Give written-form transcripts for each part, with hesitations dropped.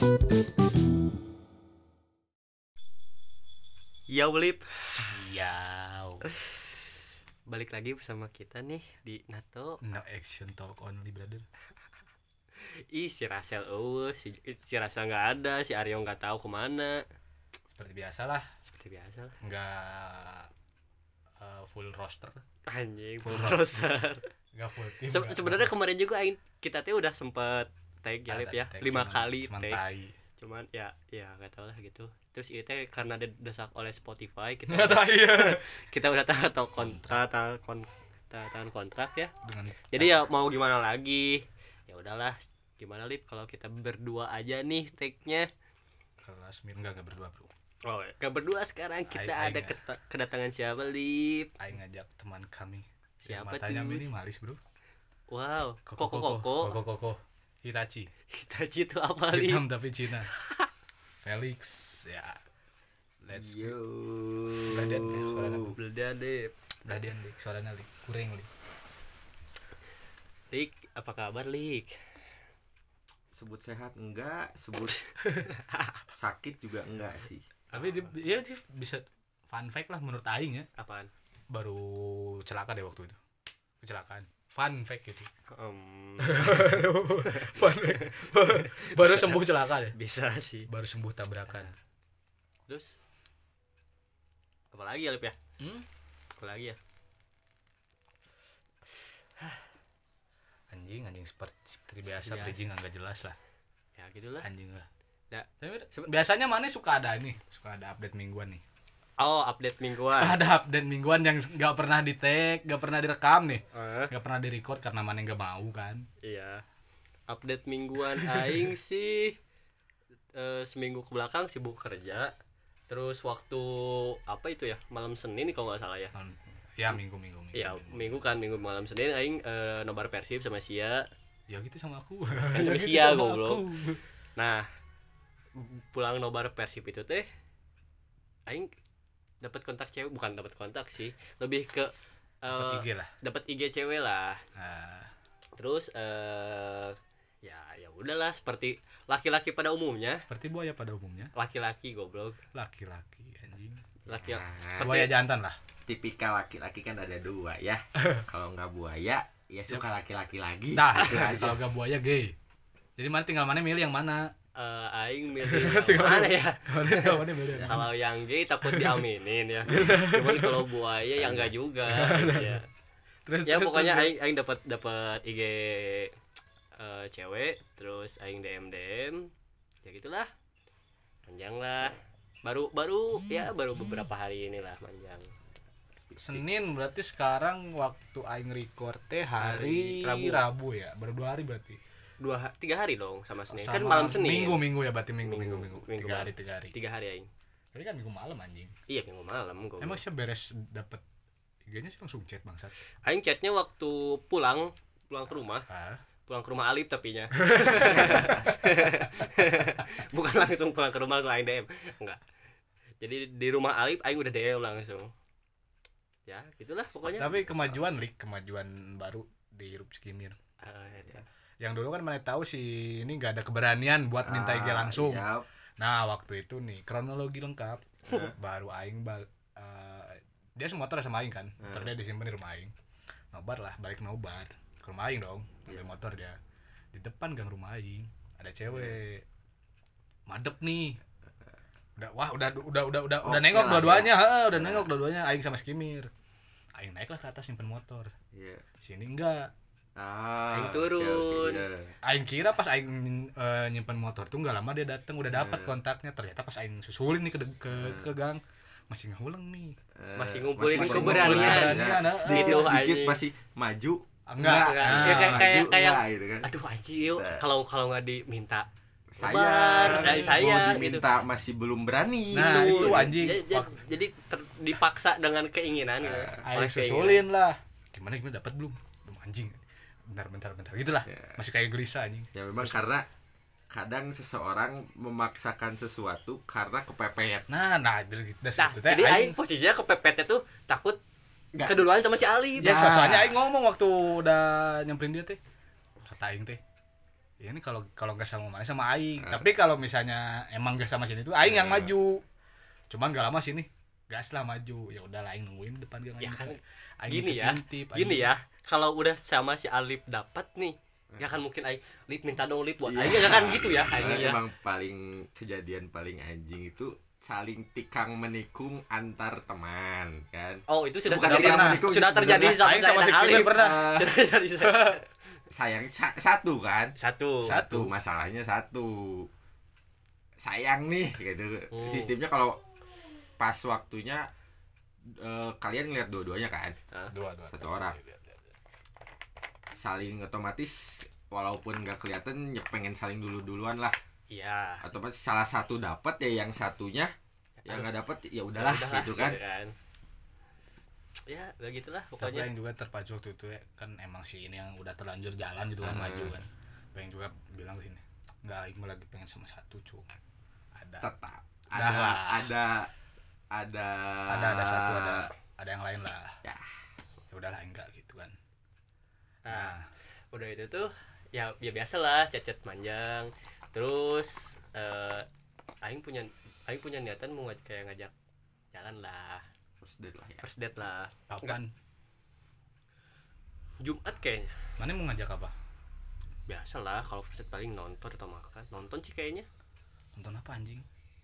Yo Blip, Iya. balik lagi bersama kita nih di NATO. No action talk only, brother. Si Rasel, si Rasel nggak ada, si Aryo nggak tahu kemana. Seperti biasa lah. Seperti biasa lah. Nggak full roster. Anjing, Full roster. Nggak full tim. Sebenarnya kemarin juga kita tuh udah sempet tag ya Lip ya, 5 kali tag. Cuman ya nggak tahu lah gitu. Terus itu karena didesak oleh Spotify kita kita udah tangan kontrak ya. Jadi ya mau gimana lagi? Ya udahlah, gimana Lip kalau kita berdua aja nih tag-nya. Kelas mir enggak berdua, Bro. Oh, gak berdua sekarang kita ada kedatangan siapa Lip? Aing ngajak teman kami. Siapa matanya tuh? minimalis, Bro. Wow, Koko. Hitachi itu apa Lip? hitam tapi Cina. Felix ya. Let's go. Beldan Lip. Beladian Lik, suaranya Lik, kuring Lik. Lik, apa kabar Lik? Sebut sehat enggak, sebut sakit juga enggak sih. Tapi dia bisa fun fact lah menurut Aing ya. Apaan? Baru celaka deh waktu itu. Kecelakaan. Fun fact gitu. Fun fact. Baru sembuh celaka deh. Bisa sih. Baru sembuh tabrakan. Terus apa lagi ya Lip ya? Apa lagi ya? Anjing seperti biasa bridging enggak jelas lah. Ya gitulah. Anjing lah. Ya. Biasanya mana suka ada update mingguan nih. Oh, update mingguan. Suka ada update mingguan yang enggak pernah di-tag, enggak pernah direkam nih. Enggak pernah di-record karena mana enggak mau kan. Iya. Update mingguan aing sih seminggu ke belakang sibuk kerja. Terus waktu apa itu ya? Malam Senin nih kalau enggak salah ya. Ya minggu. Iya, minggu malam Senin aing nobar Persib sama Sia. Ya gitu sama aku. Kan sama Sia goblok. Nah, pulang nobar Persib itu teh aing dapat kontak cewek, bukan dapat kontak sih, lebih ke dapat IG lah. Dapat IG cewek lah. Terus ya udahlah seperti laki-laki pada umumnya. Seperti buaya pada umumnya. Laki-laki goblok. Laki-laki anjing. Buaya Buaya jantan lah. Tipikal laki-laki kan ada dua ya. Kalau enggak buaya, ya suka laki-laki lagi. Nah, kalau enggak buaya gay. Jadi tinggal mana milih yang mana? Aing milih yang mana ya? Mana milih yang mana? Kalau yang gay takut diaminin ya. Cuman kalau buaya ya enggak juga. Ya. Terus Pokoknya aing dapat IG cewek, terus aing DM ya gitulah. Panjang lah. Baru beberapa hari inilah panjang. Senin berarti sekarang waktu aing record teh hari Rabu ya. Baru 2 hari berarti. 3 hari dong sama Senin. Kan malam Senin. Minggu ya berarti minggu. 3 hari. 3 hari aing. Tapi kan minggu malam anjing. Iya, minggu malam gua. Emang sih beres dapat IG-nya sih langsung chat bangsat. Aing chatnya waktu pulang ke rumah. Pulang ke rumah Alip tapinya. Bukan langsung pulang ke rumah langsung aing DM. Enggak. Jadi di rumah Alip aing udah DM langsung. Ya, gitulah pokoknya. Tapi kemajuan baru di Rup Skimir. Ya. Yang dulu kan mana tahu sih ini enggak ada keberanian buat minta IG langsung. Yap. Nah, waktu itu nih kronologi lengkap. Baru aing dia semua motor sama aing kan. Motor dia disimpan di rumah aing. Balik nobar ke rumah aing dong. Ambil motor dia. Di depan gang rumah aing ada cewek. Madep nih. Udah nengok dua-duanya, udah nengok dua-duanya aing sama Skimir. Aing naiklah ke atas simpen motor. Iya. Sini enggak. Aing turun. Okay. Aing kira pas aing nyimpen motor tuh enggak lama dia datang udah dapat kontaknya. Ternyata pas aing susulin nih ke gang masih nguleng nih. Masih ngumpulin keberanian. Sedikit masih maju. Enggak. Kayak gitu kan. aduh anjir, kalau enggak diminta saya mau diminta gitu. Masih belum berani. Nah itu anjing. Jadi dipaksa dengan keinginan gitu. Aing susulin lah. Gimana dapat belum anjing. Bentar gitulah. Masih kayak gelisah anjing. Ya memang karena kadang seseorang memaksakan sesuatu karena kepepet. Nah jadi aing posisinya kepepetnya tuh takut keduluan sama si Ali. Ya soalnya aing ngomong waktu udah nyamperin dia teh. Kata aing teh, ya ini kalau nggak sama mana sama aing. Tapi kalau misalnya emang nggak sama sini tuh aing yang maju. Cuman nggak lama sini gas lah maju. Ya udah lah aing nungguin depan gang. Ya kan aing gini ya kalau udah sama si Alip dapat nih ya kan mungkin aing Lip minta dong Lip buat aing ya kan gitu ya aing ya. Emang paling kejadian paling anjing itu saling tikang menikung antar teman kan. Oh itu sudah terjadi sama si Alip pernah. Sudah terjadi. Sayang satu kan. Satu Masalahnya satu. Sayang nih gitu. Sistemnya kalau pas waktunya kalian ngeliat dua-duanya kan? Dua. Satu orang. Saling otomatis walaupun nggak kelihatan ya pengen saling duluan lah. Iya. Otomatis salah satu dapat ya yang satunya yang nggak dapat ya udahlah gitu kan. Ya udah gitulah pokoknya. Tapi yang juga terpacu waktu itu ya, kan emang si ini yang udah terlanjur jalan gitu kan maju kan. Yang juga bilang ke sini nggak aing lagi pengen sama satu cuma ada. Tetap ada satu ada yang lain lah ya udahlah enggak gitu kan. Nah udah itu tuh ya biasa lah cecet manjang terus aing punya niatan mau kayak ngajak jalan lah first date lah kapan Jumat kayaknya. Mana mau ngajak apa? Biasa lah kalau first date paling nonton atau makan. Nonton sih kayaknya. Nonton apa anjing?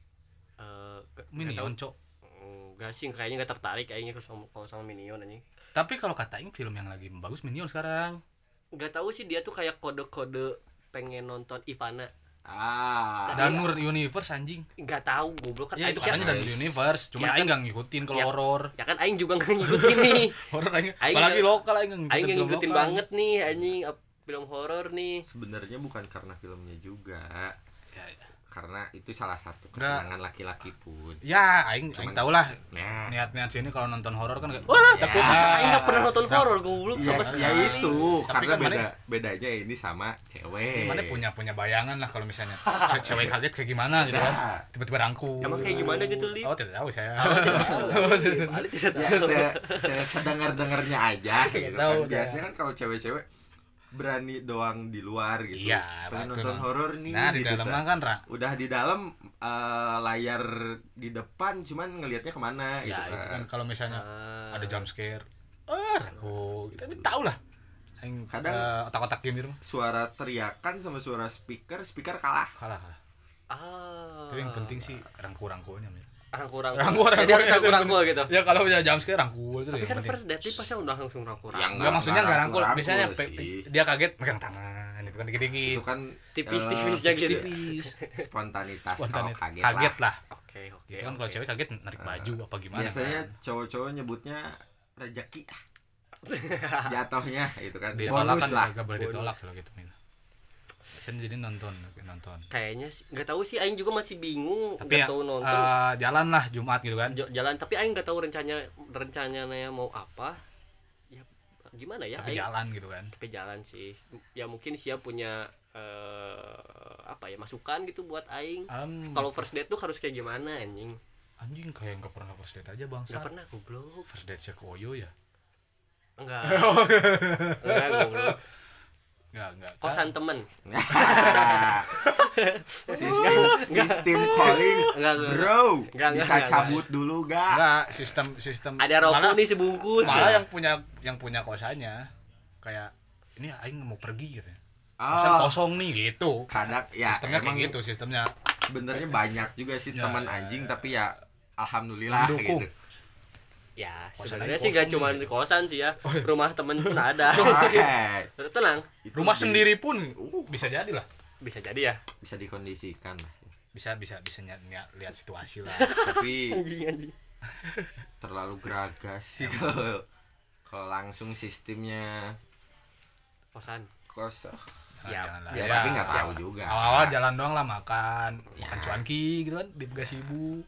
Minion cok. Enggak sih kayaknya enggak tertarik kayaknya kalau sama Minion anjing. Tapi kalau kata Aing film yang lagi bagus Minion sekarang. Enggak tahu sih dia tuh kayak kode-kode pengen nonton Ivana. Danur Universe anjing. Enggak tahu goblok kan. Ya itu katanya Danur Universe, cuman aing enggak ngikutin kalau horor. Ya kan aing juga enggak ngikutin nih. Horor aing apalagi lokal aing enggak ngikutin. Aing ngikutin banget nih anjing film horor nih. Sebenarnya bukan karena filmnya juga. Ya. Karena itu salah satu kesenangan laki-laki pun. Ya, aing tahu lah. Niat-niat sini kalau nonton horor kan kayak wah, takut. Aing enggak pernah nonton horor goblok sama sekali. Ya itu, karena bedanya ini sama cewek. Gimana punya bayangan lah kalau misalnya cewek kaget kayak gimana gitu kan. Tiba-tiba rangkul. Emang kayak gimana gitu, Li? Oh, tidak tahu saya. Tidak tahu. Saya sedengar-dengarnya aja gitu kan. Biasanya kan kalau cewek-cewek berani doang di luar gitu. Iya, pengen nonton horor nih. Nah, di gitu, dalam kan udah di dalam layar di depan cuman ngelihatnya kemana ya, gitu itu kan kalau misalnya ada jump scare. Aku kita tahu lah. Kadang otak-otak game itu suara teriakan sama suara speaker kalah. Tapi yang penting sih rangkul-rangkulnya men. Rangkul gitu. Ya kalau udah jam scare rangkul itu. Tapi kan first date pasti udah langsung rangkul. Enggak maksudnya enggak rangkul, biasanya dia kaget megang tangan itu kan dikit-dikit. Itu kan tipis-tipis aja gitu. Spontanitas kalau kaget lah. Oke. Itu kan kalau cewek kaget narik baju apa gimana. Biasanya cowok-cowok nyebutnya rezeki. Jatuhnya itu kan bonus lah. Enggak boleh ditolak kalau gitu men. Jadi nonton kayaknya sih nggak tahu sih aing juga masih bingung tapi nggak tahu nonton jalan lah Jumat gitu kan jalan tapi aing nggak tahu rencananya mau apa ya gimana ya tapi aing, jalan gitu kan tapi jalan sih ya mungkin siap punya apa ya masukan gitu buat aing kalau first date tuh harus kayak gimana anjing kayak nggak pernah first date aja bangsa nggak pernah goblok first date si Koyo ya enggak goblok Enggak. Kosan temen. Sistem calling. Bro. Bisa cabut dulu enggak? Sistem. Ada rokok nih sebungkus. Malah yang punya kosannya kayak ini aing mau pergi gitu. Kosan kosong nih gitu. Kadang ya sistemnya kayak gitu sistemnya. Sebenarnya banyak juga sih teman anjing tapi ya alhamdulillah gitu. Ya sebenarnya sih gak cuma kosan sih ya, rumah temen pun ada. Tenang. Rumah sendiri pun bisa jadi lah. Bisa jadi ya. Bisa dikondisikan lah. Bisa lihat situasi lah. Tapi terlalu geragas sih kalau langsung sistemnya kosan. Ya tapi nggak tahu juga. Awal jalan doang lah makan cuanki gitu kan di Gasibu.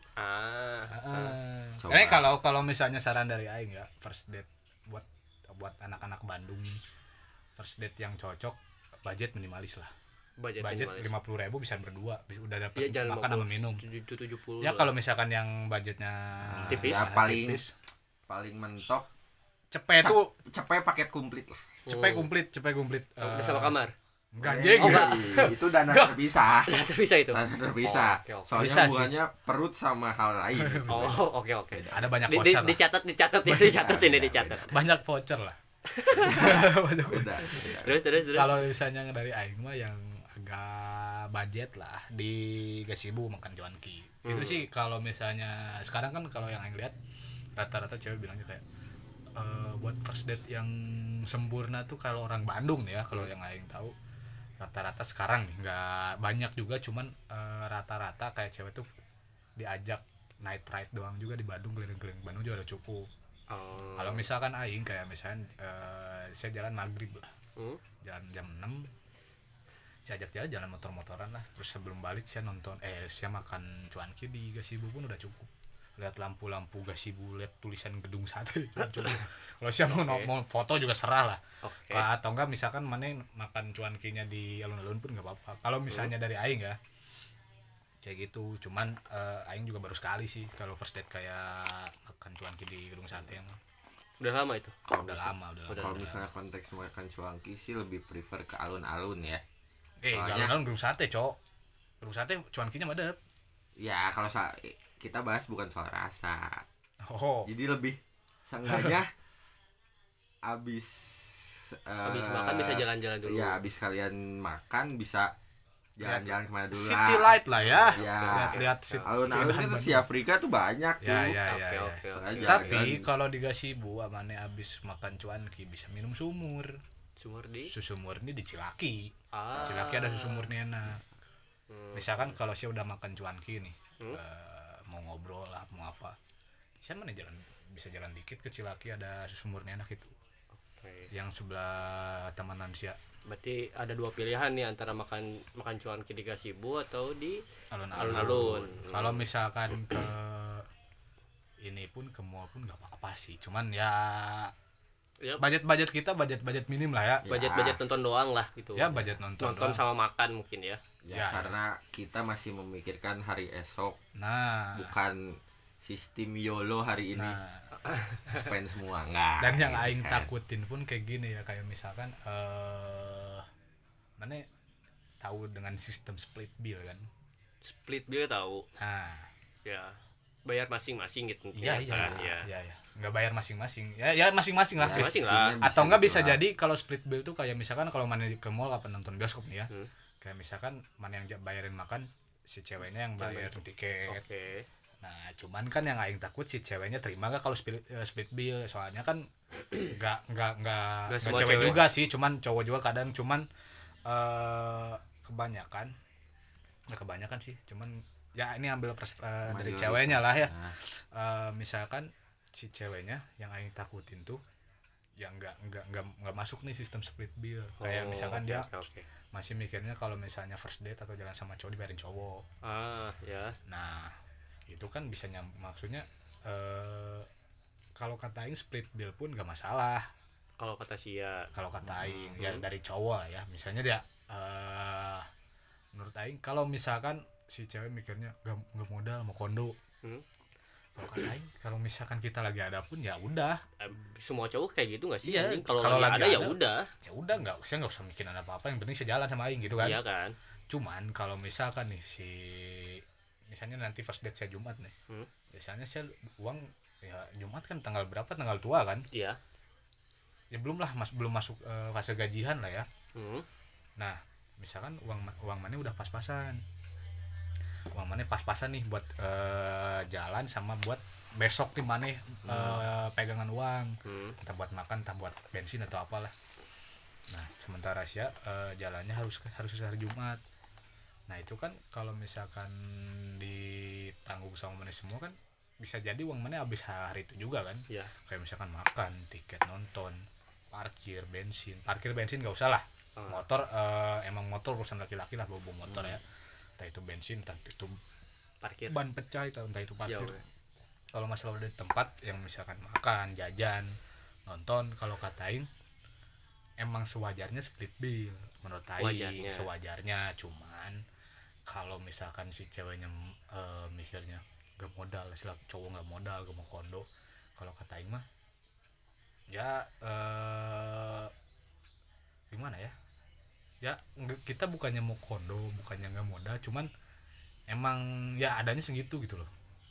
Ini kalau misalnya saran dari aing ya first date buat anak-anak Bandung first date yang cocok budget minimalis lah. Budget 50.000 bisa berdua udah dapat makan sama minum. 70. Ya kalau misalkan yang budgetnya tipis ya paling mentok cepet paket komplit lah. Cepet komplit sama kamar. Enggak anjing. Itu dana terpisah. Dana terpisah itu. Dana terpisah. Soalnya bisa hubungannya perut sama hal lain. Oke. Ada banyak voucher. Dicatat ini. Banyak voucher lah. Beda. Terus. Kalau misalnya dari aing mah yang agak budget lah di Gasibu makan cuanki. Itu sih kalau misalnya sekarang kan kalau yang aing lihat rata-rata cewek bilangnya kayak buat first date yang sempurna tuh kalau orang Bandung nih ya, kalau yang aing tahu rata-rata sekarang nih nggak banyak juga, cuman rata-rata kayak cewek tuh diajak night ride doang juga di Bandung, keliling-keliling Bandung juga udah cukup. Kalau misalkan aing kayak misalnya saya jalan maghrib lah, jalan jam 6 saya ajak jalan motor-motoran lah, terus sebelum balik saya saya makan cuanki di Gasibu pun udah cukup. Lihat lampu-lampu Gasibu, lihat tulisan gedung sate cukup. Kalau siapa mau foto juga serah lah. Atau enggak misalkan mana makan cuankinya di alun-alun pun nggak apa-apa. Kalau misalnya dari aing ya kayak gitu, cuman aing juga baru sekali sih kalau first date kayak makan cuanki di gedung sate yang udah lama itu. Udah lama. Kalau misalnya konteks makan cuanki sih lebih prefer ke alun-alun ya. Alun-alun gedung sate, Cok. Gedung sate cuankinya madep. Ya, kalau kita bahas bukan soal rasa. Jadi lebih seenggaknya abis makan bisa jalan-jalan dulu. Ya, abis kalian makan bisa jalan-jalan kemana dulu lah. City light lah ya. Lihat alun-alun kan si Afrika tuh banyak tuh. Oke. Tapi kalau di Gasibu amane abis makan cuanki bisa minum sumur. Susu murni di Cilaki. Cilaki ada susu murni enak. Misalkan kalau saya udah makan cuanki nih, mau ngobrol lah, mau apa, saya mana bisa jalan dikit ke Cilaki, ada susu murni enak itu. Yang sebelah Taman Lansia. Berarti ada dua pilihan nih antara makan cuanki di Gasibu atau di alun-alun. Kalau misalkan ke ini pun ke mall pun nggak apa-apa sih, cuman ya budget kita budget minim lah ya. Budget nonton doang lah gitu. Ya budget nonton sama makan mungkin ya. Karena kita masih memikirkan hari esok. Bukan sistem YOLO hari ini. Spend semua enggak. Dan yang aing takutin pun kayak gini ya, kayak misalkan mana tahu dengan sistem split bill kan? Split bill tahu. Ya. Bayar masing-masing gitu. Iya. Enggak bayar masing-masing. Ya masing-masing lah. Masing-masing lah. Atau enggak bisa jadi kalau split bill tuh kayak misalkan kalau mana ke mall apa nonton bioskop nih ya. Kayak misalkan mana yang bayarin makan, si ceweknya yang bayar tiket. Nah, cuman kan yang aing takut si ceweknya terima gak kalau split bill, soalnya kan enggak cewek juga sih, cuman cowok juga kadang, cuman kebanyakan sih, cuman ya ini ambil dari ceweknya lah ya. Misalkan si ceweknya yang aing takutin tuh yang enggak masuk nih sistem split bill. Kayak misalkan dia masih mikirnya kalau misalnya first date atau jalan sama cowok dibayarin cowok. Nah, itu kan bisa maksudnya kalau kata aing split bill pun enggak masalah. Kalau kata aing ya dari cowok ya. Misalnya dia menurut aing kalau misalkan si cewek mikirnya enggak modal mau kondo. Kalau misalkan kita lagi ada pun ya udah. Semua cowok kayak gitu nggak sih? Iya, kalau lagi ada ya udah. Ya udah nggak usah mikirin apa-apa, yang penting saya jalan sama aing gitu kan. Iya kan. Cuman kalau misalkan nih misalnya nanti first date saya Jumat nih. Biasanya saya uang ya Jumat kan tanggal berapa? Tanggal tua kan? Iya. Ya belum masuk fase gajian lah ya. Nah, misalkan uang mana udah pas-pasan. Uang mana pas-pasan nih buat jalan sama buat besok di mana pegangan uang, entah buat makan, entah buat bensin atau apalah. Nah, sementara sih jalannya harus hari Jumat. Nah, itu kan kalau misalkan ditanggung sama mana semua kan bisa jadi uang mana habis hari itu juga kan. Kayak misalkan makan, tiket nonton, parkir bensin nggak usah lah. Motor emang motor urusan laki-laki lah, bawa motor ya. Entah itu bensin, entah itu parkir, ban pecah, entah itu parkir. Kalau masalah udah tempat yang misalkan makan, jajan, nonton, kalau kata aing emang sewajarnya split bill menurut aing, sewajarnya. Cuman kalau misalkan si ceweknya mikirnya gak modal, si cowok gak modal, gak mau kondo, kalau kata aing mah ya gimana ya, ya kita bukannya mau kondo, bukannya nggak modal, cuman emang ya adanya segitu gitu loh.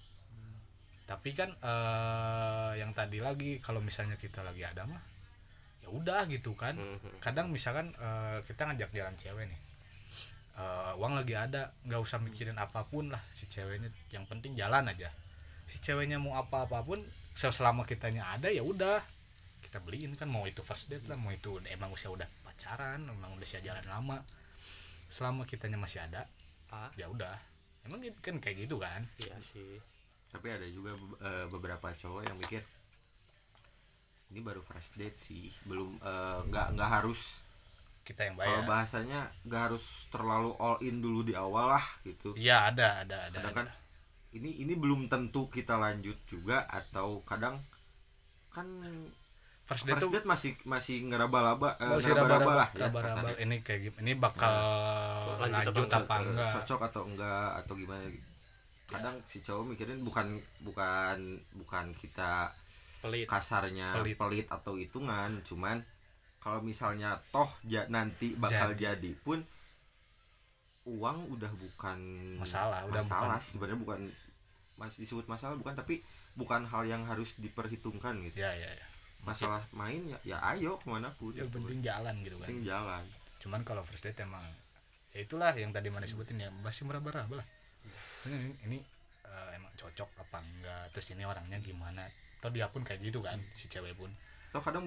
Tapi kan yang tadi lagi kalau misalnya kita lagi ada mah ya udah gitu kan. Kadang misalkan kita ngajak jalan cewek nih, uang lagi ada, nggak usah mikirin apapun lah si ceweknya, yang penting jalan aja. Si ceweknya mau apapun selama kitanya ada ya udah kita beliin kan, mau itu first date lah, mau itu emang udah pacaran, emang udah jalan lama, selama kitanya masih ada ya udah, emang kan kayak gitu kan. Iya sih. Tapi ada juga beberapa cowok yang mikir ini baru first date sih, belum nggak harus kita yang bayar. Kalau bahasanya nggak harus terlalu all in dulu di awal lah gitu. Iya ada. Kadang kan ini belum tentu kita lanjut juga, atau kadang kan first date masih ngeraba-raba lah ya. Raba-raba ini kayak ini bakal lanjut apa enggak, cocok atau enggak atau gimana gitu. Kadang si cowok mikirin bukan kita kasarnya pelit atau hitungan, cuman kalau misalnya toh nanti bakal jadi pun uang udah bukan masalah sebenarnya, bukan masih disebut masalah bukan, tapi bukan hal yang harus diperhitungkan gitu. Ya. Masalah main ya ayo kemanapun. Yang penting jalan gitu kan. Penting jalan. Cuman kalau first date emang ya itulah yang tadi mana sebutin ya, masih meraba-raba lah. Ini emang cocok apa enggak, terus ini orangnya gimana, atau dia pun kayak gitu kan, si cewek pun. Atau kadang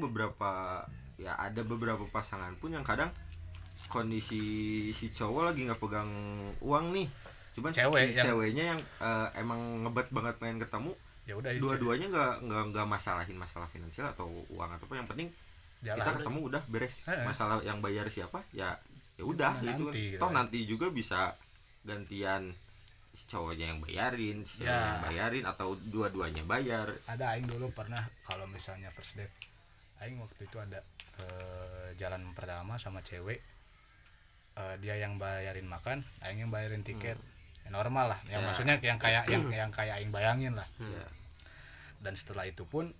ada beberapa pasangan pun yang kadang kondisi si cowok lagi nggak pegang uang nih, cuman ceweknya yang emang ngebet banget pengen ketemu, ya udah dua-duanya nggak masalahin masalah finansial atau uang atau apa, yang penting jalan, kita ketemu udah beres. Masalah yang bayar siapa ya udah gitu kan. Toh nanti juga bisa gantian si cowoknya yang bayarin, si ceweknya yang bayarin, atau dua-duanya bayar. Ada aing dulu pernah kalau misalnya first date, aing waktu itu ada jalan pertama sama cewek, dia yang bayarin makan, aing yang bayarin tiket. Ya, normal lah, yang maksudnya yang kayak yang kayak aing bayangin lah. Dan setelah itu pun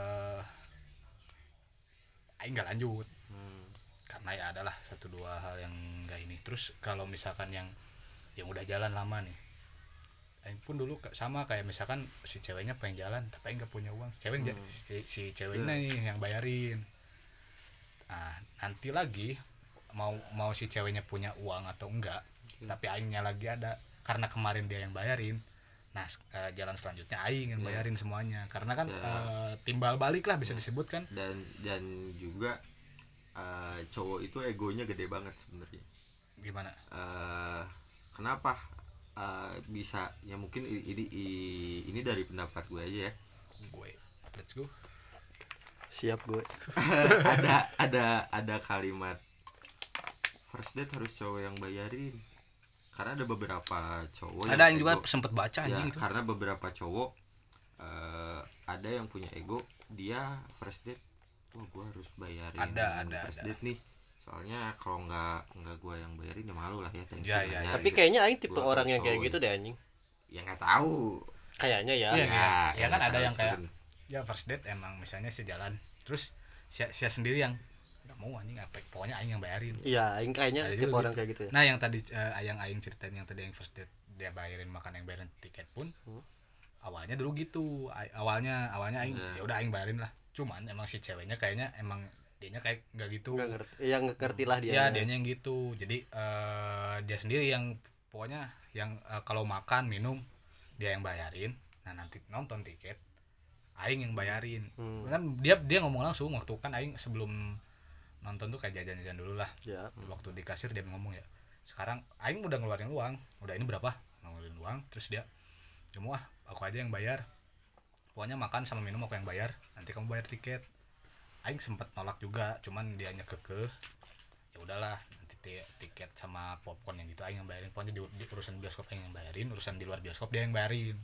aing nggak lanjut karena ya adalah 1-2 hal yang nggak ini. Terus kalau misalkan yang udah jalan lama nih, aing pun dulu sama kayak misalkan si ceweknya pengen jalan tapi aing nggak punya uang, si ceweknya nih yang bayarin. Nah nanti lagi mau si ceweknya punya uang atau enggak, tapi aingnya lagi ada karena kemarin dia yang bayarin. Nah jalan selanjutnya aing yang bayarin semuanya, karena kan timbal balik lah bisa disebut kan. Dan juga cowok itu egonya gede banget sebenarnya. Gimana? Kenapa bisa ya, mungkin ini dari pendapat gue aja ya. Let's go. Siap gue. ada kalimat first date harus cowok yang bayarin, karena ada beberapa cowok ada yang juga sempet baca anjing itu. Karena beberapa cowok ada yang punya ego, dia first date gue harus bayarin first date nih, soalnya kalau nggak gue yang bayarin ya malu lah ya. Tapi kayaknya aing tipe orang yang kayak gitu deh anjing. Ya nggak tahu, kayaknya ya. Ya kan ada yang kayak ya first date emang misalnya sejalan, terus sia sendiri yang nggak mau anjing, apa pokoknya aing yang bayarin. Iya, aing kayaknya tipe orang kayak gitu ya. Nah yang tadi aing ceritain yang tadi yang first date dia bayarin makan, yang bayarin tiket pun awalnya dulu gitu. Awalnya aing ya udah aing bayarin lah. Cuman emang si ceweknya kayaknya emang dianya kayak nggak gitu. Nggak ngerti lah dia. Ya dianya yang gitu. Jadi dia sendiri yang pokoknya yang kalau makan minum dia yang bayarin. Nah nanti nonton tiket aing yang bayarin. Kan dia ngomong langsung waktu kan aing sebelum nonton tuh kayak jajan-jajan dulu lah. Waktu di kasir dia ngomong ya, sekarang aing udah ngeluarin uang, udah ini berapa ngeluarin uang, terus dia cuma aku aja yang bayar, pokoknya makan sama minum aku yang bayar, nanti kamu bayar tiket. Aing sempet nolak juga, cuman dia kekeh, ya udahlah nanti tiket sama popcorn yang gitu aing yang bayarin, pokoknya di urusan bioskop aing yang bayarin, urusan di luar bioskop dia yang bayarin.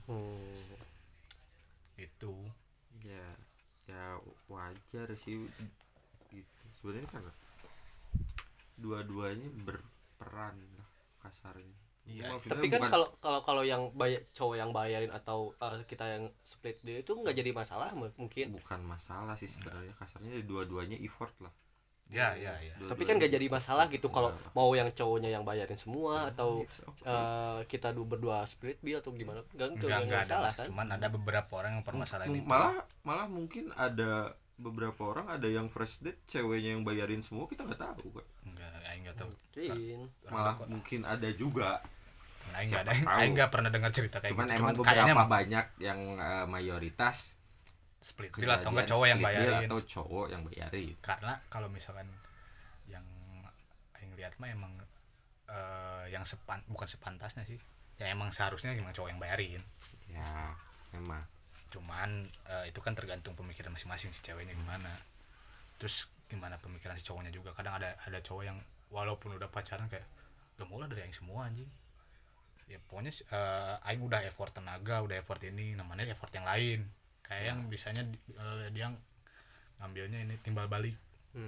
Gitu ya wajar sih gitu sebenarnya, kan dua-duanya berperan lah kasarnya. Iya. Tapi kan kalau yang cowok yang bayarin atau kita yang split dia itu nggak jadi masalah mungkin. Bukan masalah sih sebenarnya, kasarnya dua-duanya effort lah. Ya. Tapi kan gak jadi masalah gitu kalau mau yang cowoknya yang bayarin semua atau kita berdua split bill atau gimana. Enggak masalah kan. Cuman ada beberapa orang yang permasalahan itu. Malah mungkin ada beberapa orang ada yang first date ceweknya yang bayarin semua, kita nggak tahu kan. Enggak tahu. Malah mungkin ada juga. Aing nggak pernah dengar cerita kayak cuman gitu. Cuman beberapa banyak yang mayoritas split bill atau enggak cowok yang bayarin atau cowok yang bayarin. Karena kalau misalkan yang Aing lihat mah emang yang bukan sepantasnya sih. Ya emang seharusnya emang cowok yang bayarin. Ya, memang. Cuman itu kan tergantung pemikiran masing-masing si ceweknya gimana, terus gimana pemikiran si cowoknya juga. Kadang ada cowok yang walaupun udah pacaran kayak gak mau lah dari Aing semua anjing ya, pokoknya Aing udah effort tenaga, udah effort ini, namanya effort yang lain kayak yang bisanya dia ngambilnya ini timbal balik.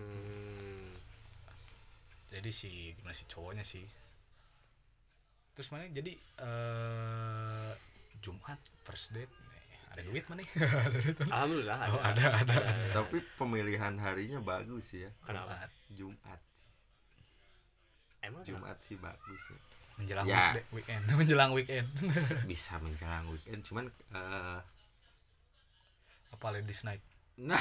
Jadi gimana si cowoknya sih. Terus mana jadi Jumat first date ada duit mana? Alhamdulillah ada. Tapi pemilihan harinya bagus ya. Kenapa? Jumat. Emang Jumat sih bagus ya. Menjelang weekend. Bisa menjelang weekend, cuman apa ladies night? Nah.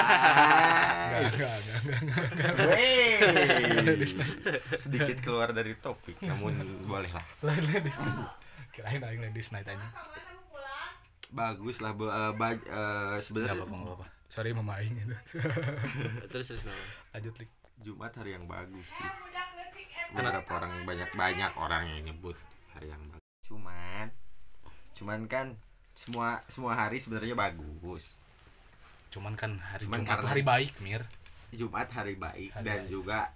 Sedikit keluar dari topik, namun boleh lah. Kirain ladies night aja. Bagus lah sebenarnya. Apa. Sorry mama Aing itu. Terus lanjut Lik. Jumat hari yang bagus sih. Beberapa orang banyak orang yang nyebut hari yang bagus. Cuman kan semua hari sebenarnya bagus. Cuman kan Jumat hari baik, Mir. Jumat hari baik dan juga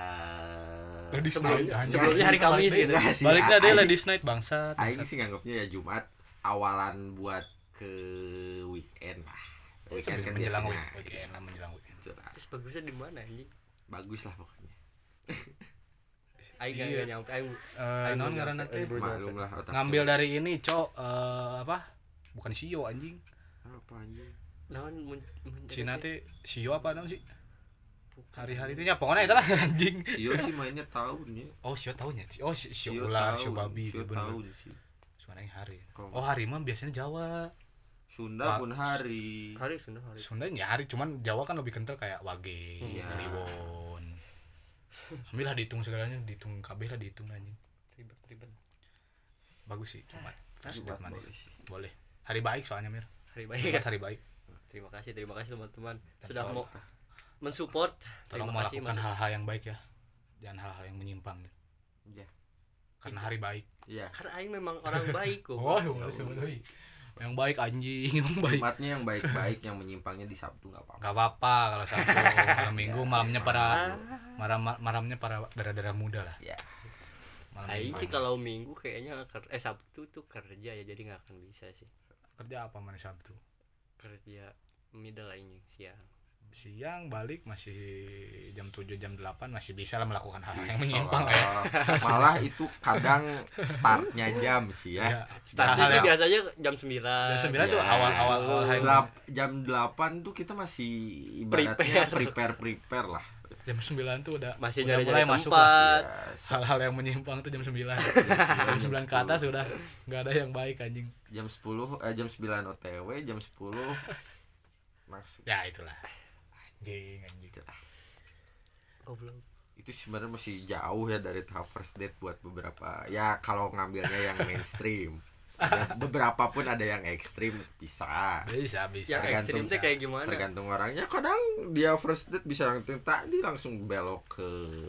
sebelumnya hari Kamis gitu. Baliknya dia ladies night bangsa. Aing sih nganggapnya ya Jumat awalan buat ke weekend lah. Weekend kan menjelang weekend. Terus bagusnya di mana anjing? Bagus lah pokoknya. Aing enggak nyampe. Non ngaranna teh maklum lah otak. Ngambil dari ini, Cok, apa? Bukan Sio anjing. Apa anjing? Naon Cina teh Sio apa naon sih? Hari-hari itu nya pokoknya itu lah anjing. Sio sih mainnya tahun ya. Oh, Sio tahunnya. Oh, Sio ular, Sio babi gitu bener. Suananya hari. Oh, hari mah biasanya Jawa. Sunda pun hari. Sunda ya hari, cuman Jawa kan lebih kental kayak Wage, Kliwon. Ambillah dihitung segalanya, dihitung kabeh lah dihitung anjing. Ribet. Bagus sih, Jumat. Boleh. Hari baik soalnya, Mir. Hari baik. Terima kasih teman-teman sudah mau mensupport. Tolong melakukan hal-hal yang baik ya. Jangan hal-hal yang menyimpang. Iya. Karena hari baik. Iya. Karena Aing memang orang baik kok. Oh, yang baik anjing, yang baik. Jumatnya yang baik-baik, yang menyimpangnya di Sabtu enggak apa-apa. Enggak apa-apa kalau Sabtu, malam Minggu malamnya para darah-darah muda lah. Iya. Aing sih kalau Minggu kayaknya Sabtu tuh kerja ya, jadi enggak akan bisa sih. Kerja apa mana Sabtu? Kerja middle anjing siang balik masih jam 7 jam 8 masih bisa lah melakukan hal yang menyimpang ya. Malah itu kadang startnya jam sih ya. Startnya sih biasanya jam 9. Jam 9 tuh awal jam 8 tuh kita masih ibaratnya prepare lah. Jam 9 tuh udah masih mulai masuk lah. Hal-hal yang menyimpang tuh jam 9. Jam 9 ke atas udah enggak ada yang baik anjing. Jam 9 OTW, jam 10 masuk. Ya itulah. Anjing. Goblok. Itu sebenarnya masih jauh ya dari tahap first date buat beberapa. Ya kalau ngambilnya yang mainstream. Beberapa pun ada yang ekstrim bisa. Yang ekstrim sih kayak gimana? Tergantung orangnya. Kadang dia first date bisa langsung belok ke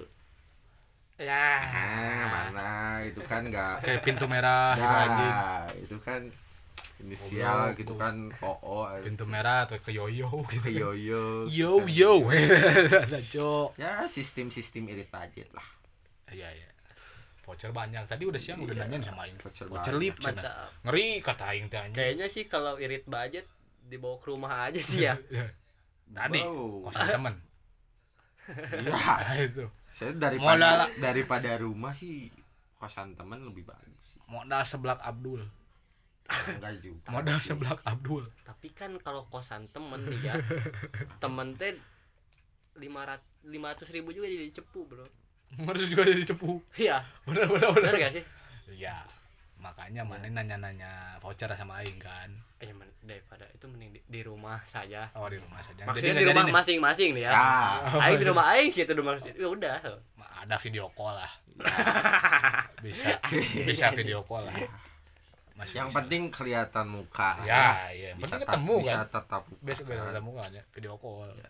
mana itu kan enggak kayak pintu merah gitu anjing. Itu kan inisial gitu kan pintu merah atau ke yoyo gitu. Ke yoyo. Yo. Ada Cok. Ya sistem irit aja lah. Iya. Voucher banyak. Tadi udah siang udah nanyain sama Aing. Voucher lip cenah. Ngeri kata Aing teh anjing. Kayaknya sih kalau irit budget dibawa ke rumah aja sih ya. Tadi kosan teman. Iya. Itu. Saya daripada rumah sih kosan teman lebih bagus sih. Modal seblak Abdul. Enggak juga. Modal seblak Abdul. Tapi kan kalau kosan temen nih ya. Temen teh 500 500.000 juga jadi cepu bro. 500 juga jadi cepu. Iya. Bener gak sih? Iya. Makanya mana nanya-nanya voucher sama aing kan. Daripada itu mending di rumah saja. Oh di rumah saja. Maksudnya di rumah masing-masing nih ya. Aing di rumah aing sih itu rumah. Ya udah. Ada video call lah. bisa video call lah. Masih yang bisa. Penting kelihatan muka. Ya, iya. Bisa penting ketemu bisa kan. Tetap bisa ketemu kan ya, video call. Ya,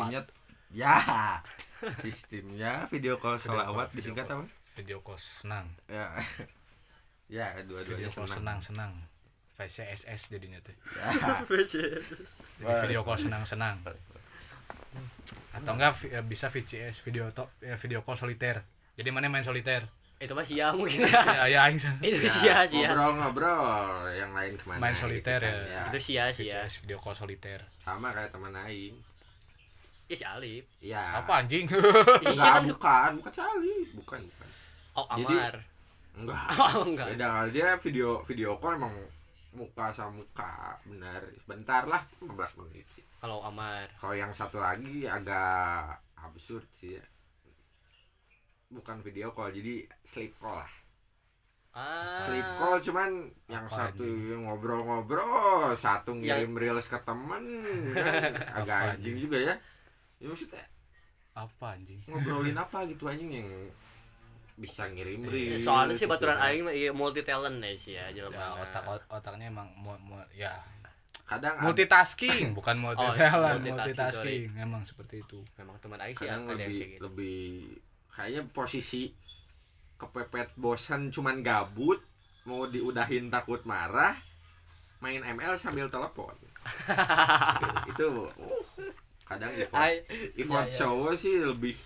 sistemnya video call selawat disingkat apa? Video call senang. Ya. Ya, dua-duanya senang. VCSS jadinya tuh. Ya. VCSS. Video call senang-senang. Atau enggak bisa VCS video call soliter. Jadi mana main soliter? Itu mah sia mungkin. ya aing itu sia. Ngobrol yang lain kemana main soliter gitu kan, ya. Itu sia. Video call soliter sama kayak teman aing si Alif ya. Apa anjing? bukan si Alif bukan oh Amar. Enggak beda kali dia video call emang muka sama muka benar bentar lah 15 menit sih kalau Amar. Kalau yang satu lagi agak absurd sih ya. Bukan video call jadi sleep call lah. Sleep call cuman yang satu ngobrol-ngobrol, satu ngirim reels ke temen kan agak anjing juga ya. Ya maksudnya apa anjing? Ngobrolin apa gitu anjing yang bisa ngirim reels. Soalnya sih baturan aing multi talent ya sih ya. Otaknya emang ya kadang multitasking bukan multi talent, multitasking memang seperti itu. Memang teman aing sih ada kayak gitu. Lebih kayaknya posisi kepepet bosan cuman gabut mau diudahin takut marah main ML sambil telepon itu kadang effort cowok sih lebih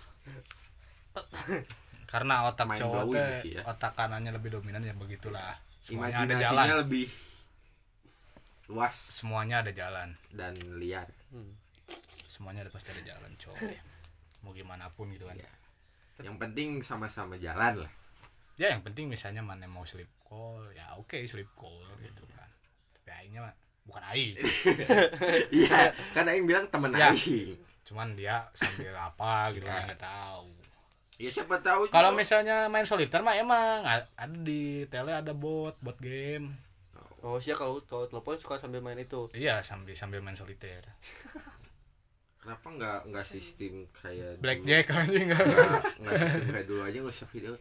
karena otak cowok otak kanannya lebih dominan ya begitulah semuanya ada jalan lebih luas semuanya ada jalan dan liar semuanya pasti ada jalan cowok mau gimana pun gitu kan ya. Yang penting sama-sama jalan lah. Ya yang penting misalnya mana mau sleep call ya oke, sleep call gitu kan. Tapi aingnya bukan aing. Iya, kan aing bilang temen ya, aing. Cuman dia sambil apa gitu kan enggak tahu. Ya siapa tahu. Kalau misalnya main soliter mah emang ada di tele ada bot game. Oh sih kalau telepon suka sambil main itu. Iya, sambil main soliter. Kenapa nggak sistem kayak blackjack anjing nggak sistem kayak dulu aja nggak usah video.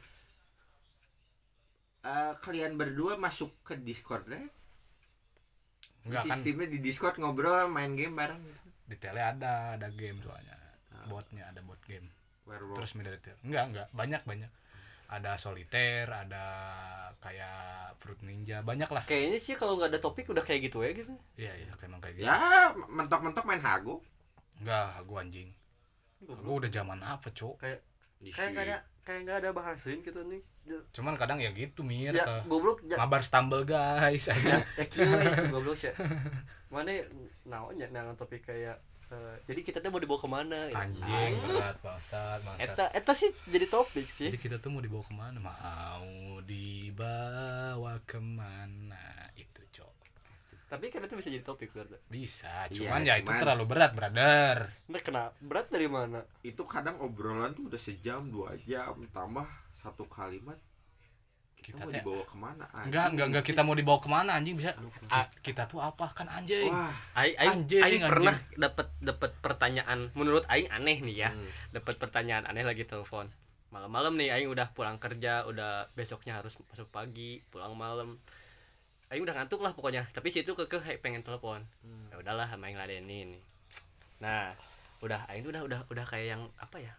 Kalian berdua masuk ke Discord-nya? Enggak kan? Sistemnya di Discord ngobrol main game bareng. Di tele ada game soalnya. Botnya ada bot game. Werewolf. Terus media tele. Enggak, banyak. Ada soliter, ada kayak Fruit Ninja, banyak lah. Kayaknya sih kalau nggak ada topik udah kayak gitu ya gitu. Iya, emang kayak gitu. Ya, mentok-mentok main Hago. Enggak, aku anjing. Aku udah zaman apa, Cok? Kayak enggak ada bahasin gitu nih. Cuman kadang ya gitu mir ya, goblok. Ya. Mabar stumble guys. Ya kieu goblok sih. Mana naonnya nang topik kayak jadi kita tuh mau dibawa kemana ya? Anjing, berat bangsat. Eta sih jadi topik sih. Jadi kita tuh mau dibawa kemana? Mau dibawa kemana? Itu, Cok. Tapi kan itu bisa jadi topik berarti. Bisa, cuman ya itu terlalu berat, brother. Nah, kenapa? Berat dari mana? Itu kadang obrolan tuh udah sejam, 2 jam, tambah satu kalimat. Kita mau dibawa kemana? Enggak kita mau dibawa kemana anjing bisa. Kita tuh apa kan anjing? Wah, aing pernah dapat pertanyaan menurut aing aneh nih ya. Dapat pertanyaan aneh lagi telepon. Malam-malam nih aing udah pulang kerja, udah besoknya harus masuk pagi, pulang malam. Aing udah ngantuk lah pokoknya, tapi situ kekeh pengen telepon. Ya udahlah main ngeladenin nih. Nah, aing tuh udah kayak yang apa ya?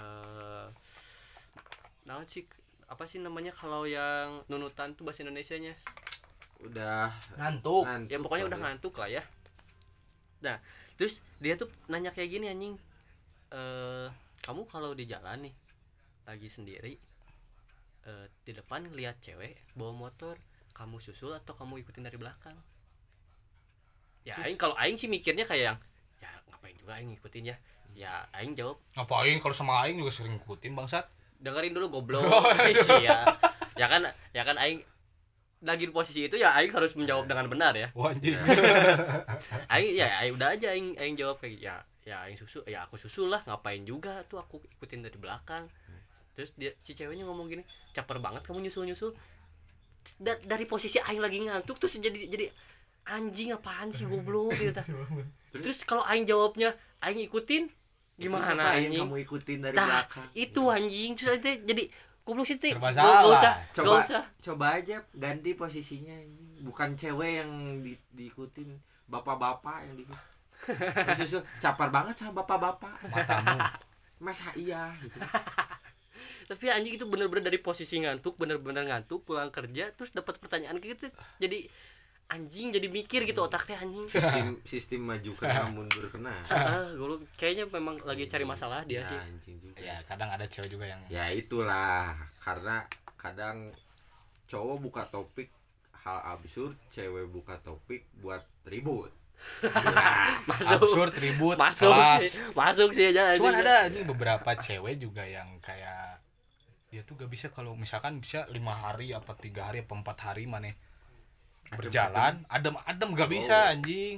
Naon sih apa sih namanya kalau yang nunutan tuh bahasa Indonesianya? Udah ngantuk. Ya pokoknya udah ngantuk lah ya. Nah, terus dia tuh nanya kayak gini anjing. Kamu kalau di jalan nih lagi sendiri di depan ngeliat cewek bawa motor, kamu susul atau kamu ikutin dari belakang? Ya aing kalau aing sih mikirnya kayak yang ya ngapain juga aing ngikutin ya. Ya aing jawab, ngapain kalau sama aing juga sering ngikutin bangsat. Dengerin dulu goblok. Sih ya. Ya kan aing lagi di posisi itu ya aing harus menjawab dengan benar ya. Anjing. Aing udah aja aing jawab kayak ya aing susul, ya aku susul lah, ngapain juga tuh aku ikutin dari belakang. Terus si ceweknya ngomong gini, caper banget kamu nyusul dari posisi aing lagi ngantuk. Terus jadi anjing apaan sih goblok gitu. Terus kalau aing jawabnya aing ikutin gimana anjing, kamu ikutin dari belakang itu anjing. Terus jadi goblok sih, gak usah coba aja ganti posisinya, bukan cewek yang diikutin, bapak-bapak yang diikutin. Terus caper banget sama bapak-bapak matamu. Masa iya gitu. Tapi anjing itu bener-bener dari posisi ngantuk, bener-bener ngantuk pulang kerja terus dapat pertanyaan kayak gitu. Jadi anjing, jadi mikir gitu otaknya anjing. Sistem maju kena mundur kena. Gue kayaknya memang lagi cari masalah dia sih. Anjing juga. Ya kadang ada cewek juga yang ya itulah, karena kadang cowok buka topik hal absurd, cewek buka topik buat ribut. Absurd, ribut, masuk sih aja. Cuman ada nih beberapa cewek juga yang kayak dia tuh gak bisa kalau misalkan bisa 5 hari apa 3 hari apa 4 hari mana berjalan adem gak bisa anjing.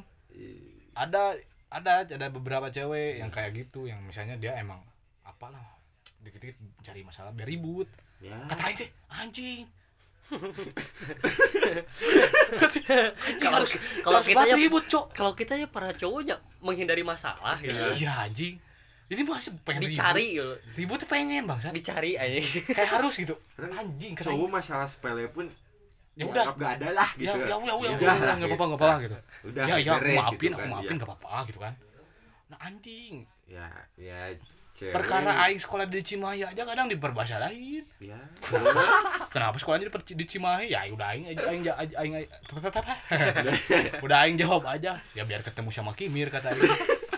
Ada beberapa cewek yang kayak gitu, yang misalnya dia emang apalah dikit-dikit cari masalah biar ribut ya. Kata aja anjing. Kalau kita ya para cowoknya menghindari masalah gitu. Iya anjing. Ini masih pengen dicari ribut. Ribut tuh pengen bangsa. Dicari anjing. Kayak harus gitu. Anjing cowok masalah sepele pun ya udah enggak ada lah gitu. Ya enggak apa-apa gitu. Udah, ya aku maafin gitu enggak apa-apa gitu kan. Nah anjing. Ya cewek. Perkara aing sekolah di Cimahi aja kadang diperbahasalain. Ya. Kenapa sekolahnya di Cimahi? Ya udah aing udah aing jawab aja. Ya biar ketemu sama Kimir kata aing.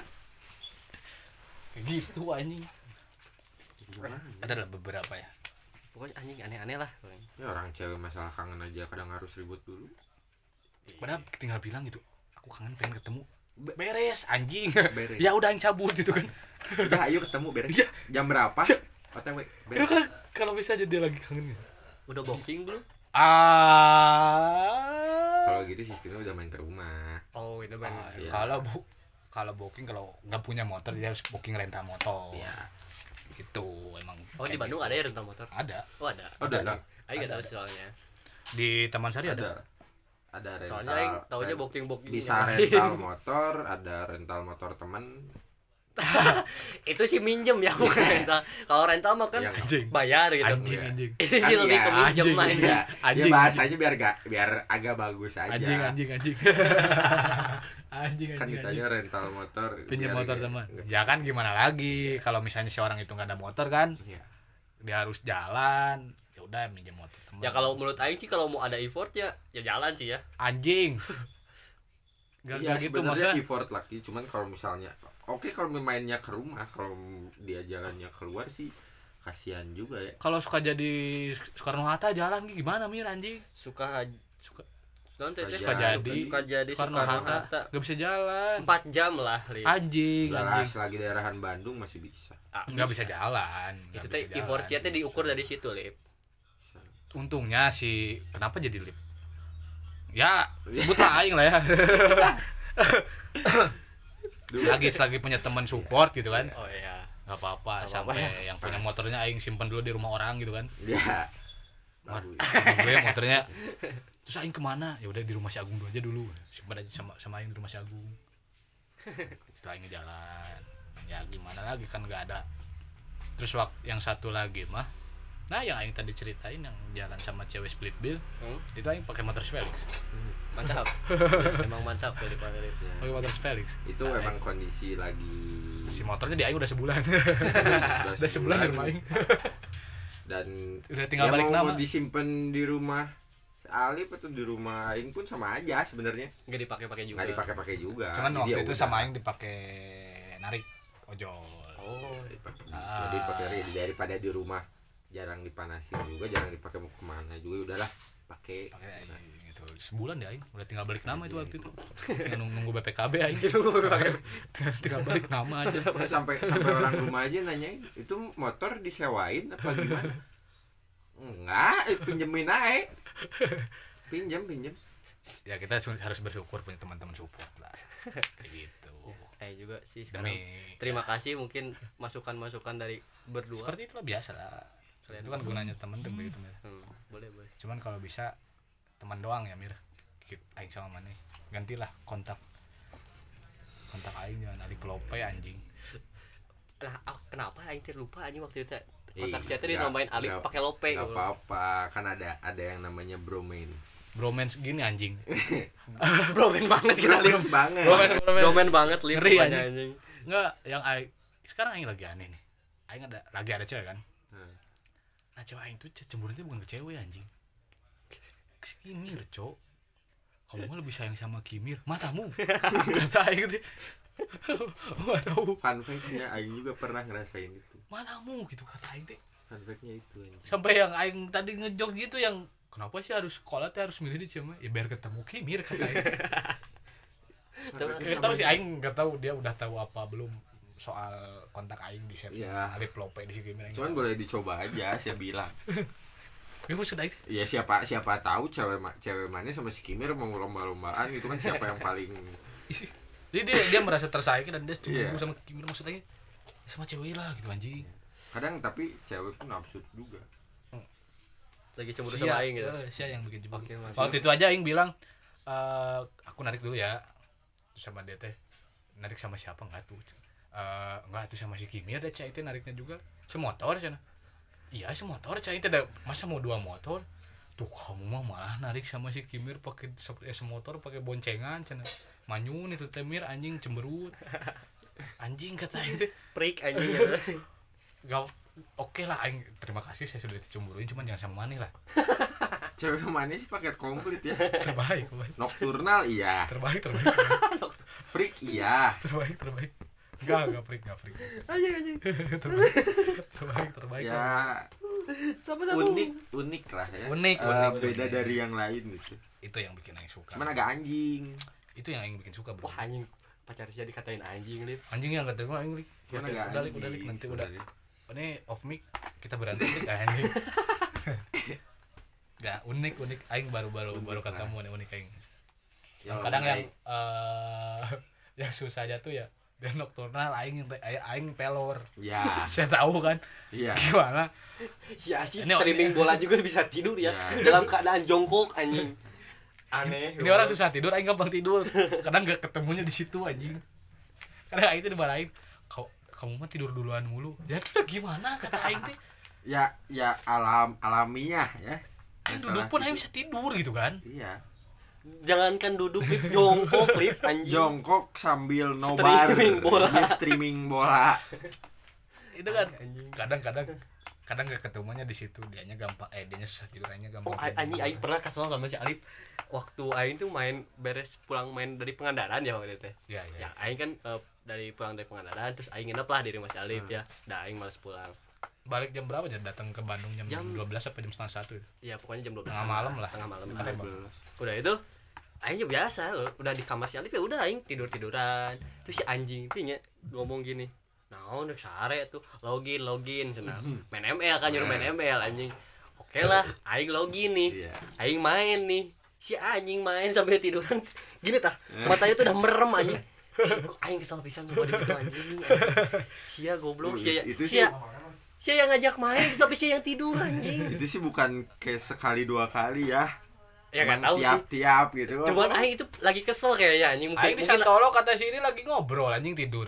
Kayak gitu anjing. Ada beberapa ya. Pokoknya anjing aneh-aneh lah. Ya orang cewek masalah kangen aja kadang harus ribut dulu. Padahal tinggal bilang gitu. Aku kangen pengen ketemu. Beres anjing. Ya udah aing cabut gitu kan. Udah ayo ketemu beres. Ya. Jam berapa? OTW. Beres. Kalau bisa aja dia lagi kangen. Udah booking belum? Kalau gitu sistemnya udah main ke rumah. Oh, itu main. Ya. Kalau booking, kalau nggak punya motor dia harus booking rental motor. Iya. Gitu emang. Oh, di Bandung gitu. ada ya rental motor? Ada. Oh, ada. Ada. Ayo enggak tahu soalnya. Di Taman Sari ada. Ada rental. Soalnya aing taunya booking. Bisa rental motor, ada rental motor teman. Itu sih minjem ya, bukan rental. Kalau rental mah kan bayar gitu. Anjing. Ini sih lebih ke minjem lah ya. Anjing. Ya bahasanya biar agak bagus aja. Anjing. Kan ditanya rental motor. Pinjam motor teman. Ya kan gimana lagi kalau misalnya si orang itu enggak ada motor kan? Iya. Dia harus jalan. Ya udah minjem motor teman. Ya kalau menurut aing sih kalau mau ada effort ya jalan sih ya. Anjing. Gak gitu maksudnya effort lagi, cuman kalau misalnya oke, kalau mainnya ke rumah, kalau dia jalannya keluar sih kasihan juga ya. Kalau suka jadi Soekarno Hatta jalan gimana Mir anjing? Suka jadi Soekarno Hatta gak bisa jalan 4 jam lah anjing. Lagi daerahan Bandung masih bisa. Nggak bisa jalan. Itu teh effortnya teh diukur dari situ Lip. Untungnya sih kenapa jadi Lip? Ya sebutlah aing lah ya. selagi punya teman support gitu kan. Oh iya. Gak apa-apa sampai yang punya motornya aing simpen dulu di rumah orang gitu kan. Iya. Motornya terus aing kemana? Ya udah di rumah si Agung dulu aja dulu. Simpen aja sama aing di rumah si Agung. Setelah aing jalan. Ya gimana lagi kan gak ada. Terus yang satu lagi mah, nah yang aing tadi ceritain yang jalan sama cewek split bill, itu aing pakai motor Felix. Mantap. Emang mantap dari Felix. Pakai motor Felix. Itu nah, emang kondisi lagi si motornya di aing udah sebulan. Udah sebulan di rumah aing. Dan udah tinggal balik nama. Mau disimpan di rumah Alif atau di rumah aing pun sama aja sebenarnya. Enggak dipakai-pakai juga. Enggak dipakai-pakai juga. Cuman waktu itu sama aing dipakai narik ojol. Oh, dipakai daripada di rumah jarang dipanasin juga, jarang dipakai mau kemana juga, udahlah pakai gitu. Sebulan deh aing udah tinggal balik nama itu waktu itu. Tinggal nunggu BPKB aing. Tinggal balik nama aja. Sampai orang rumah aja nanyain, "Itu motor disewain apa gimana?" Enggak, pinjemin aja. Pinjam. Ya kita harus bersyukur punya teman-teman support lah. Kayak gitu. Juga sih sekarang terima kasih mungkin masukan-masukan dari berdua. Seperti itulah biasa lah. Itu kan gunanya teman tuh begitu Mir. Boleh. Cuman kalau bisa teman doang ya Mir. Aing sama Mane gantilah kontak aing jangan Ali Klope anjing. Lah kenapa aing lupa anjing waktu itu kontak saya tadi nambahin Ali pakai Lope. Enggak apa-apa, kan ada yang namanya bromance gini anjing. Bromen banget kita bromance banget. Bromen banget Lip anjing. Enggak, yang aing sekarang aing lagi aneh nih. Aing lagi ada cewek kan. Nah cewek aing tuh cemburunya bukan ke cewek anjing. Ke Kimir, Cok. Kamu mah lebih sayang sama Kimir, matamu. Kata aing teh. Enggak tahu. Fun fact-nya aing juga pernah ngerasain itu. Matamu gitu kata aing teh. Fun fact-nya itu anjing. Sampai yang aing tadi ngejok gitu yang kenapa sih harus sekolah teh harus milih di cewek? Ya biar ketemu Kimir kata aing. Enggak tahu sih aing enggak tahu dia udah tahu apa belum soal kontak aing di save ya. Alip Lope di si Kimir. Cuman boleh dicoba aja saya bilang. Ya maksud aing. Ya siapa tahu cewek mana sama si Kimir mau lomba-lombaan gitu kan siapa yang paling jadi dia merasa tersaingi dan dia cemburu sama Kimir maksudnya sama cewek lah gitu anjing. Kadang tapi cewek pun nafsu juga. Lagi cemburu sama aing gitu. Sia yang bikin cemburu. Waktu itu aja aing bilang aku narik dulu ya. Terus sama dia teh narik sama siapa enggak tuh. Enggak tuh sama si Kimir deh cai teh nariknya juga. Semotor sana. Iya semotor cai teh masa mau 2 motor. Tuh kamu mah malah narik sama si Kimir pakai semotor pakai boncengan cenah. Manyun itu Temir anjing cemberut. Anjing kata aing teh. Prik anjing ya. Gak oke lah aing terima kasih saya sudah dicemburuin cuman jangan sama Mani lah. Cewek Mani sih paket komplit ya. Terbaik. Nocturnal iya. Terbaik. Freak iya. Terbaik. Enggak freak. Anjing. Terbaik. Ya. Unik lah ya. Unik. Beda dari yang lain gitu. Itu yang bikin aing suka. Cuman agak anjing. Itu yang aing bikin suka, Bro. Wah anjing pacar saya dikatain anjing Lip. Anjing yang enggak terima aing Lip. Udah nanti udah. Ini off mic kita berantem Lip anjing. Enggak unik aing baru ketemu unik aing. Yang kadang yang yang susah aja tuh ya dia nocturnal aing pelor. Ya. Saya tahu kan. Iya. Gimana? Si Asyik streaming bola juga bisa tidur ya. Dalam keadaan jongkok anjing. Aneh. Ini orang susah tidur, aing gampang tidur. Kadang enggak ketemunya di situ anjing. Kadang aing tuh dimarahin. Kamu mah tidur duluan mulu. Ya udah gimana kata aing teh. Ya alamiah ya. Aing duduk pun aing bisa tidur gitu kan. Iya. Jangankan duduk Lip, jongkok Lip anjing. Jongkok sambil nobar streaming bola. Itu kan kadang gak ketemunya di situ, dianya gampang dianya susah tidurnya gampang. Anjing aing pernah kesel sama si Alip. Waktu aing tuh pulang main dari Pangandaran ya waktu itu. Iya. Ya aing kan pulang dari Pangandaran terus aing nginep lah di rumah si Alip ya. Dah aing malas pulang. Balik jam berapa aja datang ke Bandung jam 12 sampai jam 12:30 itu. Iya, pokoknya jam 12. Tengah malam lah. Udah itu aing juga biasa udah di kamar si Alip ya udah aing tiduran. Terus si anjing teh ngomong gini. Naon rek sare tuh login cenah. Main ML kan nyuruh main ML anjing. Oke lah, aing login nih. Aing main nih. Si anjing main sampai tiduran gini tah. Matanya tuh udah merem anjing. Aing kesel pisan sama dia gitu anjing. Sia goblok sia. Sia yang ngajak main tapi sia yang tidur anjing. Itu sih bukan kayak sekali 2 kali ya. Ya enggak tahu sih. Tiap gitu. Cuman aing itu lagi kesel kayaknya anjing mungkin. Aing di Santolo kata si ini lagi ngobrol anjing tidur.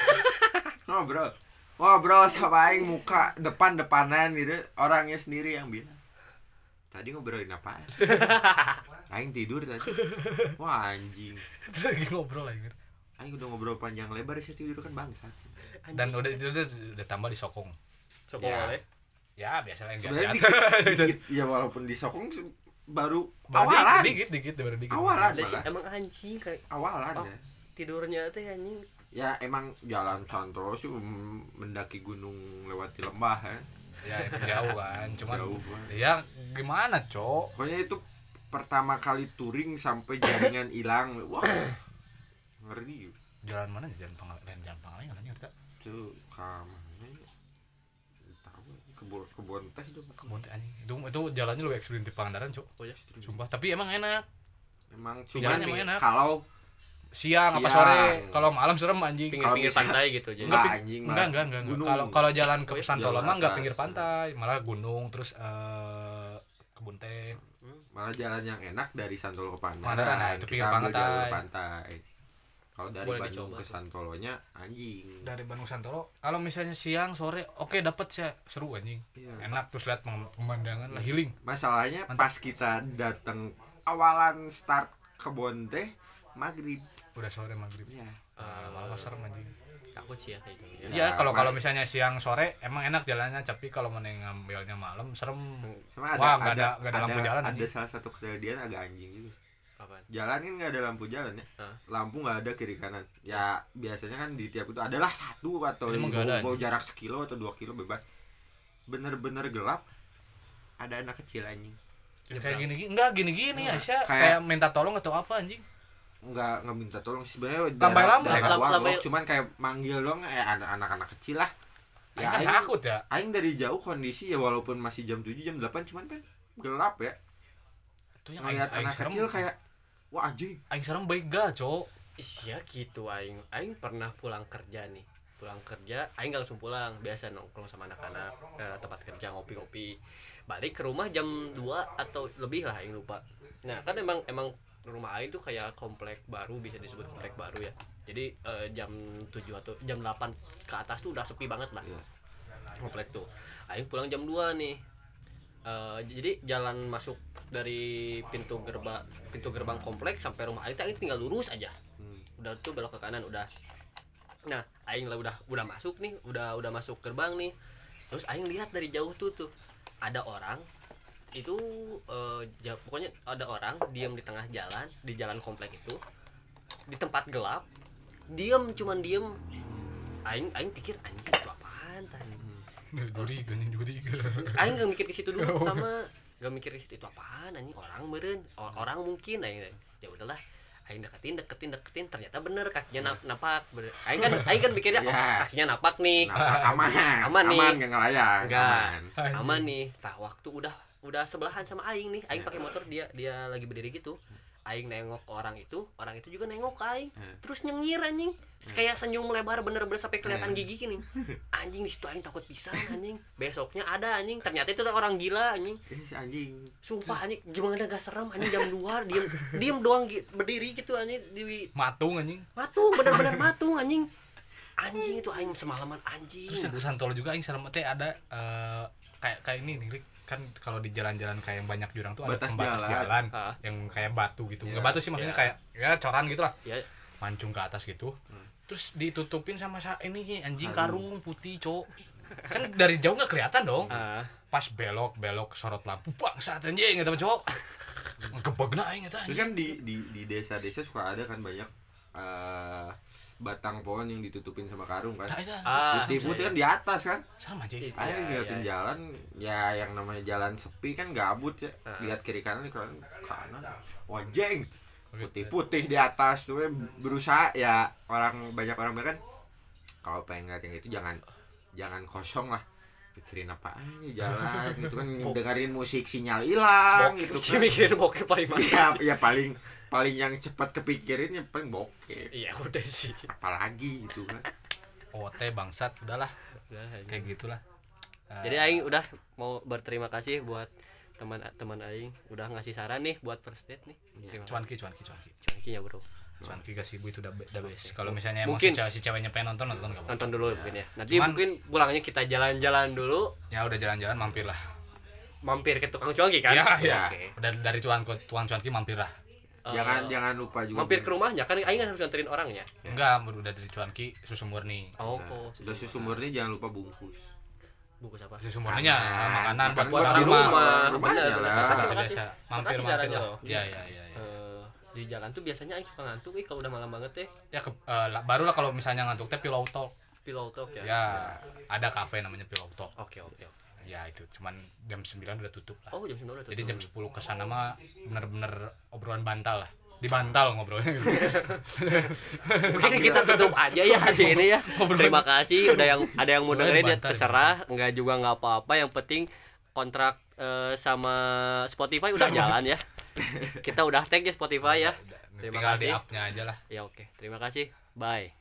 Ngobrol sama aing muka depan-depanan gitu, orangnya sendiri yang bilang. Tadi ngobrolin apa? Aing tidur tadi. Wah anjing. Lagi ngobrol aing. Aing udah ngobrol panjang lebar sih tidur kan bangsat. Dan udah tambah disokong. Sokong oleh. Ya, biasa yang dikit. Ya walaupun disokong baru awalan. Dikit baru dikit. Awalan emang anjing kayak awalan ya. Tidurnya teh anjing. Ya emang jalan Santolo sih mendaki gunung lewati lembah ya. Ya jauh kan, cuman ya gimana, Cok? Pokoknya itu pertama kali touring sampai jaringan hilang. Wah. Ngeri. Jalan mana? Jalan Pangalengan kan kita. Tuh, kamana ya? Tahu kebun teh itu. Kebun teh anjing. Itu jalannya lebih ekstrim di Pangandaran, Cok. Oh ya, sumpah, tapi emang enak. Emang cuman kalau siang apa sore, kalau malam serem anjing. Pinggir pantai gitu jadi. Enggak. Kalau jalan ke Santolo mah enggak pinggir pantai, malah gunung terus kebun teh. Malah jalan yang enak dari Santolo ke Pangandaran. Nah, itu pinggir pantai. Kalau dari Bandung ke Santolonya anjing. Dari Bandung Santolo, kalau misalnya siang sore oke dapet sih seru anjing. Iya. Enak terus lihat pemandangan lah healing. Masalahnya pas kita datang awalan start kebun teh maghrib. Udah sore maghrib. Iya. Malah serem anjing. Takut sih ya kayak gitu. Iya, kalau misalnya siang sore emang enak jalannya, tapi kalau mau ngambilnya malam serem. Wah, enggak ada lampu jalan anjing. Ada salah satu kejadian agak anjing gitu. Apaan? Jalan kan enggak ada lampu jalan ya. Lampu enggak ada kiri kanan. Ya biasanya kan di tiap itu adalah satu atau mau jarak sekilo atau 2 kilo bebas. Bener-bener gelap. Ada anak kecil anjing. Ya, kayak gini ya, kayak minta tolong atau apa anjing. Enggak minta tolong sebenarnya lambai cuman kayak manggil dong anak-anak kecil lah. Ya aing takut ya. Aing dari jauh kondisi ya walaupun masih jam 7 jam 8 cuman kan gelap ya. Itu yang ngeliat anak kecil kayak wah anjing. Aing serem baik gak, Cok. Iya gitu aing pernah pulang kerja, aing gak langsung pulang, biasa nongkrong sama anak-anak ke tempat kerja ngopi-ngopi. Balik ke rumah jam 2 atau lebih lah aing lupa. Nah, kan emang rumah aing tuh kayak komplek baru, bisa disebut komplek baru ya. Jadi jam 7 atau jam 8 ke atas tuh udah sepi banget lah. Komplek tuh. Aing pulang jam 2 nih. Jadi jalan masuk dari pintu gerbang komplek sampai rumah aing tinggal lurus aja. Udah tuh belok ke kanan udah. Nah, aing lah udah masuk nih, udah masuk gerbang nih. Terus aing lihat dari jauh tuh ada orang itu pokoknya ada orang diam di tengah jalan, di jalan komplek itu, di tempat gelap, cuman diem. Aing pikir anjing itu apaan tadi. Curiga. Aing gak mikir ke situ dulu pertama, gak mikir ke situ itu apaan anjing, orang meureun, orang mungkin aing. Ya udahlah, aing deketin, ternyata bener kakinya napak. Aing kan mikirnya kakinya napak nih. Aman nih. Aman enggak ngelayang. Aman nih. Tah waktu udah sebelahan sama aing nih. Aing pakai motor, dia lagi berdiri gitu. Aing nengok ke orang itu juga nengok ke aing. Terus nyengir anjing. Kayak senyum lebar bener-bener sampai kelihatan gigi gini. Anjing di situ aing takut pisan anjing. Besoknya ada anjing, ternyata itu orang gila anjing. Anjing. Sumpah anjing, gimana gak serem anjing jam 2 diem doang berdiri gitu anjing di matung anjing. Bener-bener matung anjing. Anjing itu aing semalaman anjing. Terus di Santolo juga aing serem teh ada kayak ini nih kan, kalau di jalan-jalan kayak yang banyak jurang tuh ada pembatas jalan yang kayak batu gitu. Enggak batu sih maksudnya kayak ya coran gitu lah. Mancung ke atas gitu. Terus ditutupin sama ini anjing karung putih, Cok. Kan dari jauh enggak kelihatan dong. Pas belok sorot lampu bangsat anjing eta, Cok. Ngegebegna aing eta anjing. Terus kan di desa-desa suka ada kan banyak batang pohon yang ditutupin sama karung kan. Putih-putih kan di atas kan. Sama aja. Ayo ngeliatin jalan, ya yang namanya jalan sepi kan gabut ya. Lihat kiri kanan kanan. Wajeng. Putih-putih di atas tuh berusaha ya banyak orang bilang kan kalau pengen ngeliat yang itu jangan kosong lah. Pikirin apa aja jalan gitu kan, dengerin musik sinyal hilang gitu kan. Mikirin bokep paling mana ya paling yang cepat kepikirin ya paling bokep. Iya udah sih. Apalagi gitu kan. OT bangsat udahlah. Kayak gitulah. Jadi aing udah mau berterima kasih buat teman aing udah ngasih saran nih buat first date nih. Cuanki ya, Bro. Cuanki kasih ibu itu udah best. Kalau misalnya mungkin si ceweknya pengen nonton enggak apa-apa. Nonton dulu mungkin ya. Nanti mungkin pulangnya kita jalan-jalan dulu. Ya udah jalan-jalan mampir lah. Mampir ke tukang cuanki kan? Iya. Udah dari tukang cuanki mampir lah. Jangan lupa juga mampir ke rumahnya kan aing harus nganterin orangnya. Enggak, udah dari cuanki susu murni. Sudah susu murni jangan lupa bungkus apa? Susu murninya makanan buat orang rumah. Bener biasa. Mampir lah. Iya. Di jalan tuh biasanya aing suka ngantuk kalau udah malam banget ya. Barulah kalau misalnya ngantuk teh Pillow Talk ya. Ya, ada kafe namanya Pillow Talk. Oke. Ya itu cuman jam 9 udah tutup lah. Jam 9 udah tutup. Jadi jam 10 kesana mah bener-bener obrolan bantal lah. Dibantal ngobrolnya. Mungkin kita tutup aja ya hari ini ya. Terima kasih udah ada yang mau dengerin ya, terserah, enggak juga enggak apa-apa, yang penting kontrak sama Spotify udah jalan ya. Kita udah tag ya Spotify ya. Terima kasih. Tinggal di app-nya aja lah. Ya oke. Terima kasih. Bye.